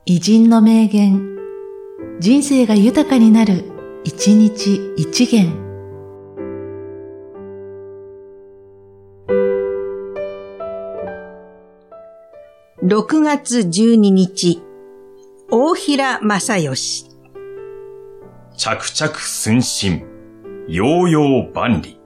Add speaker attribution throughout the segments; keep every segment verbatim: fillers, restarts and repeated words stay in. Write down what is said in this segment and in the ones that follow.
Speaker 1: 偉人の名言、人生が豊かになる、一日一元。
Speaker 2: ろくがつじゅうににち、大平正義。
Speaker 3: 着々寸進、揚々万里。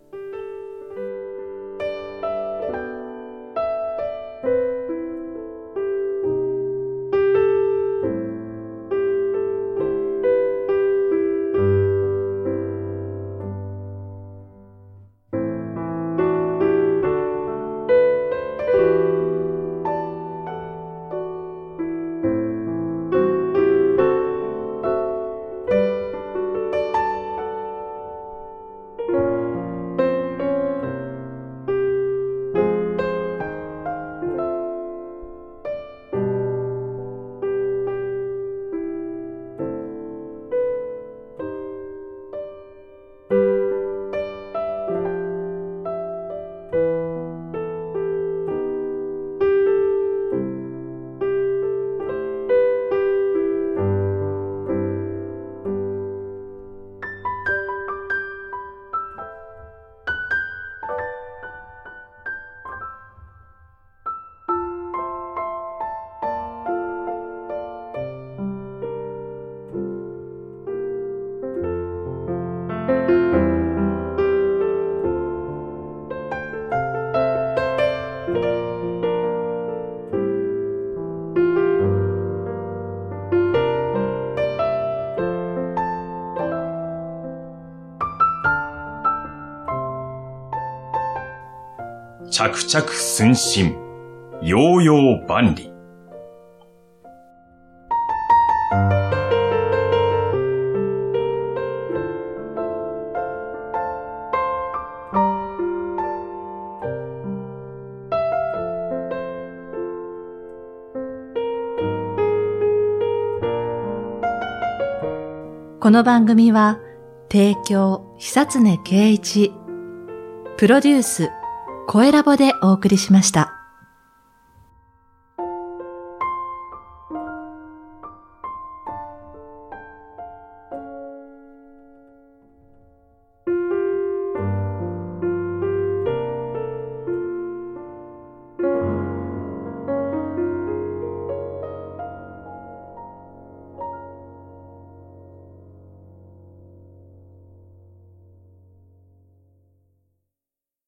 Speaker 3: 着々寸進、揚々万里。
Speaker 1: この番組は、提供、久常圭一、プロデュース、声ラボでお送りしました。